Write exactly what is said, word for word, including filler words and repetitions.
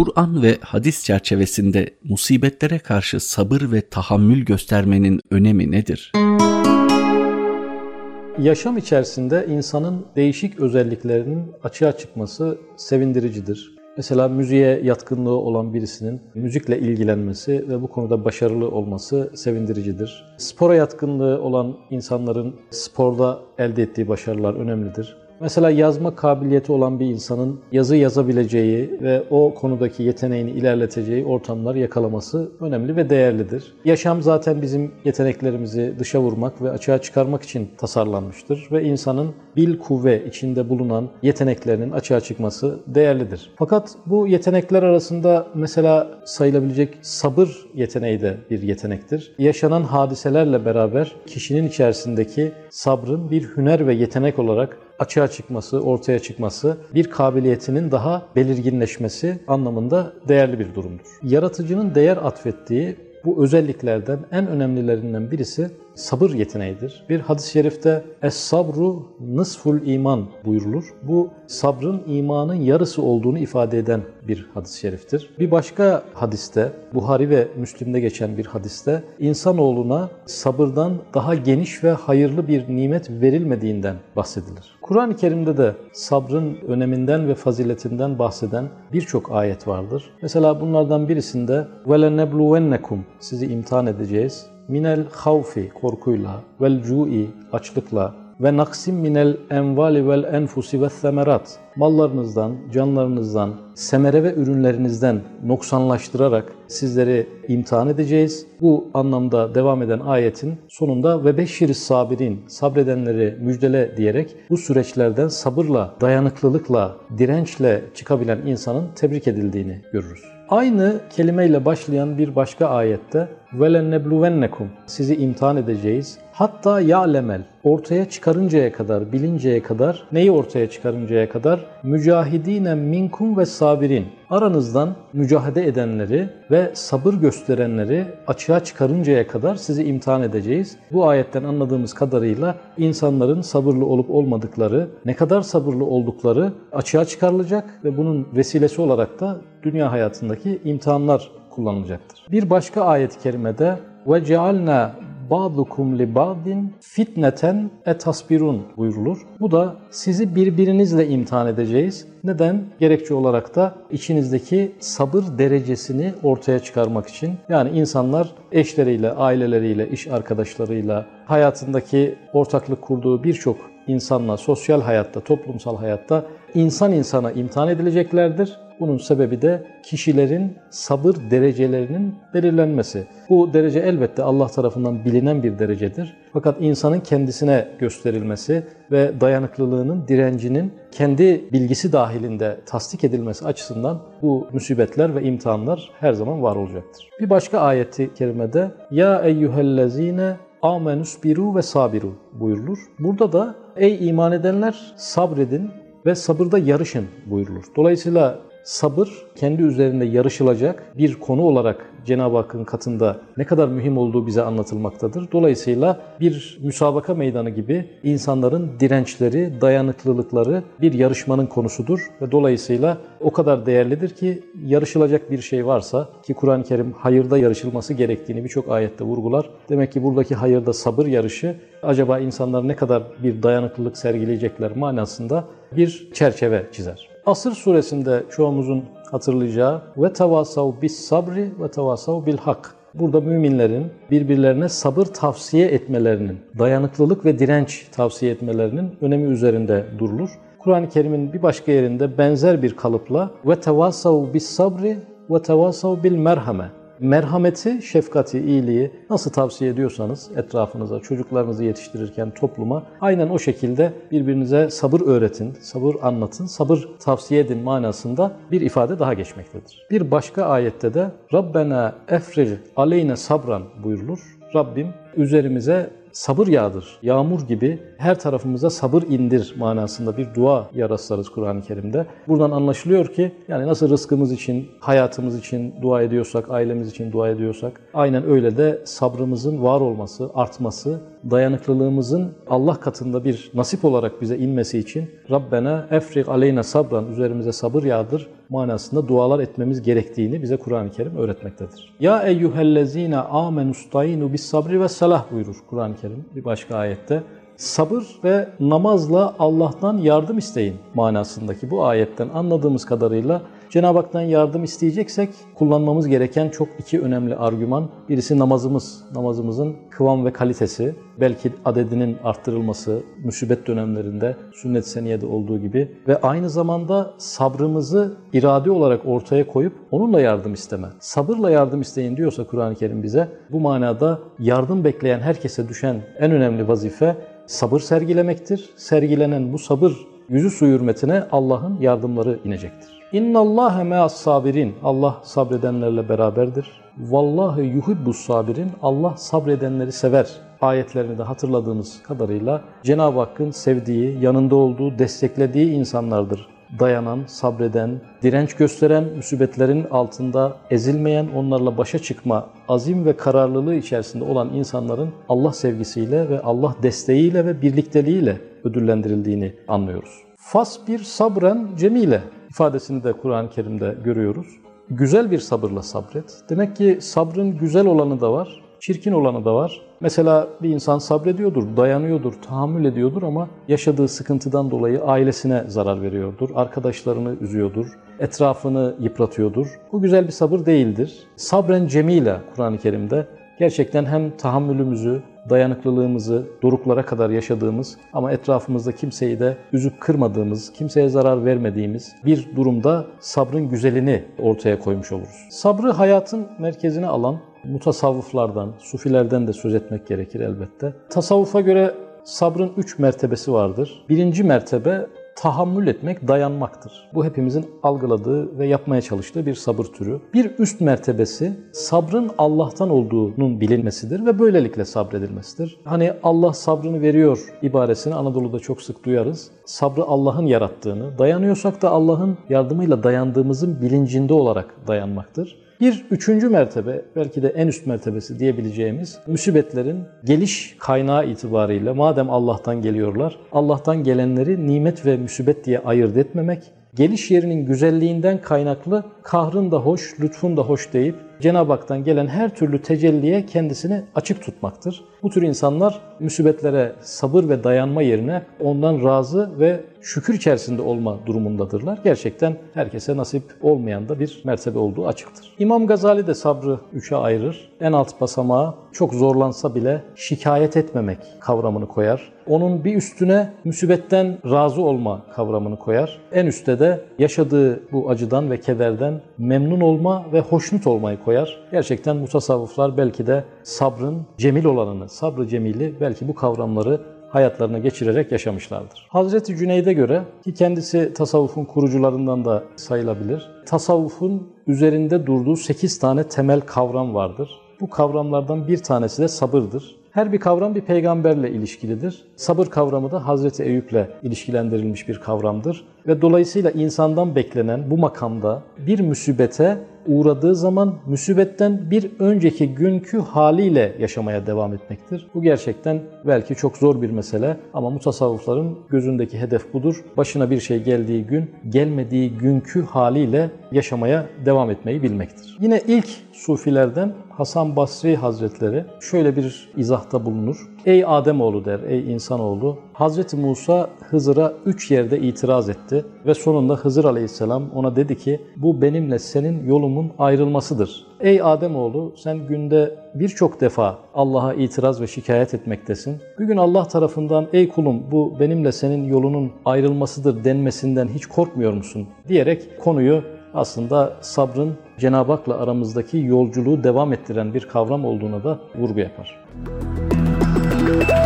Kur'an ve hadis çerçevesinde musibetlere karşı sabır ve tahammül göstermenin önemi nedir? Yaşam içerisinde insanın değişik özelliklerinin açığa çıkması sevindiricidir. Mesela müziğe yatkınlığı olan birisinin müzikle ilgilenmesi ve bu konuda başarılı olması sevindiricidir. Spora yatkınlığı olan insanların sporda elde ettiği başarılar önemlidir. Mesela yazma kabiliyeti olan bir insanın yazı yazabileceği ve o konudaki yeteneğini ilerleteceği ortamlar yakalaması önemli ve değerlidir. Yaşam zaten bizim yeteneklerimizi dışa vurmak ve açığa çıkarmak için tasarlanmıştır ve insanın bil kuvve içinde bulunan yeteneklerinin açığa çıkması değerlidir. Fakat bu yetenekler arasında mesela sayılabilecek sabır yeteneği de bir yetenektir. Yaşanan hadiselerle beraber kişinin içerisindeki sabrın bir hüner ve yetenek olarak açığa çıkması, ortaya çıkması, bir kabiliyetinin daha belirginleşmesi anlamında değerli bir durumdur. Yaratıcının değer atfettiği bu özelliklerden en önemlilerinden birisi sabır yeteneğidir. Bir hadis-i şerifte "Es-sabru nısful iman" buyurulur. Bu sabrın imanın yarısı olduğunu ifade eden bir hadis-i şeriftir. Bir başka hadiste, Buhari ve Müslim'de geçen bir hadiste insanoğluna sabırdan daha geniş ve hayırlı bir nimet verilmediğinden bahsedilir. Kur'an-ı Kerim'de de sabrın öneminden ve faziletinden bahseden birçok ayet vardır. Mesela bunlardan birisinde وَلَنَبْلُوَنَّكُمْ sizi imtihan edeceğiz. Minel havfi korkuyla, vel cu'i açlıkla ve naksim minel envali vel enfusi ve semerat mallarınızdan, canlarınızdan, semere ve ürünlerinizden noksanlaştırarak sizleri imtihan edeceğiz. Bu anlamda devam eden ayetin sonunda ve beşşiris sabirin sabredenleri müjdele diyerek bu süreçlerden sabırla, dayanıklılıkla, dirençle çıkabilen insanın tebrik edildiğini görürüz. Aynı kelimeyle başlayan bir başka ayette وَلَنَّبْلُوَنَّكُمْ sizi imtihan edeceğiz. Hatta ya'lemel ortaya çıkarıncaya kadar, bilinceye kadar, neyi ortaya çıkarıncaya kadar? Mücahidine minkum ve sabirin. Aranızdan mücahede edenleri ve sabır gösterenleri açığa çıkarıncaya kadar sizi imtihan edeceğiz. Bu ayetten anladığımız kadarıyla insanların sabırlı olup olmadıkları, ne kadar sabırlı oldukları açığa çıkarılacak ve bunun vesilesi olarak da dünya hayatındaki imtihanlar kullanılacaktır. Bir başka ayet-i kerimede وَجَعَلْنَا بَعْضُكُمْ لِبَعْضٍ fitneten etasbirun buyurulur. Bu da sizi birbirinizle imtihan edeceğiz. Neden? Gerekçe olarak da içinizdeki sabır derecesini ortaya çıkarmak için. Yani insanlar eşleriyle, aileleriyle, iş arkadaşlarıyla, hayatındaki ortaklık kurduğu birçok insanla, sosyal hayatta, toplumsal hayatta insan insana imtihan edileceklerdir. Bunun sebebi de kişilerin sabır derecelerinin belirlenmesi. Bu derece elbette Allah tarafından bilinen bir derecedir. Fakat insanın kendisine gösterilmesi ve dayanıklılığının, direncinin kendi bilgisi dahilinde tasdik edilmesi açısından bu musibetler ve imtihanlar her zaman var olacaktır. Bir başka ayeti kerimede "Ya eyyühellezine amenusbiru ve sabiru" buyurulur. Burada da "Ey iman edenler sabredin ve sabırda yarışın" buyurulur. Dolayısıyla sabır kendi üzerinde yarışılacak bir konu olarak Cenab-ı Hakk'ın katında ne kadar mühim olduğu bize anlatılmaktadır. Dolayısıyla bir müsabaka meydanı gibi insanların dirençleri, dayanıklılıkları bir yarışmanın konusudur ve dolayısıyla o kadar değerlidir ki yarışılacak bir şey varsa ki Kur'an-ı Kerim hayırda yarışılması gerektiğini birçok ayette vurgular. Demek ki buradaki hayırda sabır yarışı acaba insanlar ne kadar bir dayanıklılık sergileyecekler manasında bir çerçeve çizer. Asır suresinde çoğumuzun hatırlayacağı ve tevasav bis sabri ve tevasav bil hak. Burada müminlerin birbirlerine sabır tavsiye etmelerinin, dayanıklılık ve direnç tavsiye etmelerinin önemi üzerinde durulur. Kur'an-ı Kerim'in bir başka yerinde benzer bir kalıpla ve tevasav bis sabri ve tevasav bil merhame. Merhameti, şefkati, iyiliği nasıl tavsiye ediyorsanız etrafınıza, çocuklarınızı yetiştirirken topluma aynen o şekilde birbirinize sabır öğretin, sabır anlatın, sabır tavsiye edin manasında bir ifade daha geçmektedir. Bir başka ayette de Rabbena efrir aleyne sabran buyurulur. Rabbim üzerimize sabır yağdır, yağmur gibi her tarafımıza sabır indir manasında bir dua rastlarız Kur'an-ı Kerim'de. Buradan anlaşılıyor ki yani nasıl rızkımız için, hayatımız için dua ediyorsak, ailemiz için dua ediyorsak aynen öyle de sabrımızın var olması, artması, dayanıklılığımızın Allah katında bir nasip olarak bize inmesi için Rabbena efrig aleyna sabran üzerimize sabır yağdır manasında dualar etmemiz gerektiğini bize Kur'an-ı Kerim öğretmektedir. Ya eyyühellezine amenustayinu bis sabri ve salah buyurur Kur'an-ı Kerim bir başka ayette. Sabır ve namazla Allah'tan yardım isteyin manasındaki bu ayetten anladığımız kadarıyla Cenab-ı Hak'tan yardım isteyeceksek kullanmamız gereken çok iki önemli argüman. Birisi namazımız, namazımızın kıvam ve kalitesi, belki adedinin arttırılması, musibet dönemlerinde sünnet-i seniyede olduğu gibi ve aynı zamanda sabrımızı irade olarak ortaya koyup onunla yardım isteme. Sabırla yardım isteyin diyorsa Kur'an-ı Kerim bize, bu manada yardım bekleyen herkese düşen en önemli vazife sabır sergilemektir. Sergilenen bu sabır yüzü su hürmetine Allah'ın yardımları inecektir. İnna Allahe me'as sabirin. Allah sabredenlerle beraberdir. Vallahi yuhibbus sabirin. Allah sabredenleri sever. Ayetlerini de hatırladığımız kadarıyla Cenab-ı Hakk'ın sevdiği, yanında olduğu, desteklediği insanlardır. Dayanan, sabreden, direnç gösteren, musibetlerin altında ezilmeyen, onlarla başa çıkma, azim ve kararlılığı içerisinde olan insanların Allah sevgisiyle ve Allah desteğiyle ve birlikteliğiyle ödüllendirildiğini anlıyoruz. Fasbir sabren cemile ifadesini de Kur'an-ı Kerim'de görüyoruz. Güzel bir sabırla sabret. Demek ki sabrın güzel olanı da var, çirkin olanı da var. Mesela bir insan sabrediyordur, dayanıyordur, tahammül ediyordur ama yaşadığı sıkıntıdan dolayı ailesine zarar veriyordur, arkadaşlarını üzüyordur, etrafını yıpratıyordur. Bu güzel bir sabır değildir. Sabren cemile Kur'an-ı Kerim'de gerçekten hem tahammülümüzü, dayanıklılığımızı doruklara kadar yaşadığımız ama etrafımızda kimseyi de üzüp kırmadığımız, kimseye zarar vermediğimiz bir durumda sabrın güzelini ortaya koymuş oluruz. Sabrı hayatın merkezine alan mutasavvıflardan, sufilerden de söz etmek gerekir elbette. Tasavvufa göre sabrın üç mertebesi vardır. Birinci mertebe tahammül etmek, dayanmaktır. Bu hepimizin algıladığı ve yapmaya çalıştığı bir sabır türü. Bir üst mertebesi sabrın Allah'tan olduğunun bilinmesidir ve böylelikle sabredilmesidir. Hani Allah sabrını veriyor ibaresini Anadolu'da çok sık duyarız. Sabrı Allah'ın yarattığını, dayanıyorsak da Allah'ın yardımıyla dayandığımızın bilincinde olarak dayanmaktır. Bir üçüncü mertebe, belki de en üst mertebesi diyebileceğimiz musibetlerin geliş kaynağı itibariyle madem Allah'tan geliyorlar, Allah'tan gelenleri nimet ve musibet diye ayırt etmemek, geliş yerinin güzelliğinden kaynaklı kahrın da hoş, lütfun da hoş deyip Cenab-ı Hak'tan gelen her türlü tecelliye kendisini açık tutmaktır. Bu tür insanlar musibetlere sabır ve dayanma yerine ondan razı ve şükür içerisinde olma durumundadırlar. Gerçekten herkese nasip olmayan da bir mertebe olduğu açıktır. İmam Gazali de sabrı üçe ayırır. En alt basamağı çok zorlansa bile şikayet etmemek kavramını koyar. Onun bir üstüne musibetten razı olma kavramını koyar. En üstte de yaşadığı bu acıdan ve kederden memnun olma ve hoşnut olmayı koyar. Gerçekten mutasavvıflar belki de sabrın cemil olanını, sabrı cemili belki bu kavramları hayatlarına geçirerek yaşamışlardır. Hazreti Cüneyd'e göre, ki kendisi tasavvufun kurucularından da sayılabilir, tasavvufun üzerinde durduğu sekiz tane temel kavram vardır. Bu kavramlardan bir tanesi de sabırdır. Her bir kavram bir peygamberle ilişkilidir. Sabır kavramı da Hazreti Eyüp'le ilişkilendirilmiş bir kavramdır. Ve dolayısıyla insandan beklenen bu makamda bir musibete uğradığı zaman musibetten bir önceki günkü haliyle yaşamaya devam etmektir. Bu gerçekten belki çok zor bir mesele ama mutasavvıfların gözündeki hedef budur. Başına bir şey geldiği gün, gelmediği günkü haliyle yaşamaya devam etmeyi bilmektir. Yine ilk sufilerden Hasan Basri Hazretleri şöyle bir izahta bulunur. Ey Ademoğlu der, ey insanoğlu, Hazreti Musa Hızır'a üç yerde itiraz etti ve sonunda Hızır Aleyhisselam ona dedi ki bu benimle senin yolumun ayrılmasıdır. Ey Ademoğlu, sen günde birçok defa Allah'a itiraz ve şikayet etmektesin. Bir gün Allah tarafından ey kulum bu benimle senin yolunun ayrılmasıdır denmesinden hiç korkmuyor musun diyerek konuyu aslında sabrın Cenab-ı Hak'la aramızdaki yolculuğu devam ettiren bir kavram olduğuna da vurgu yapar.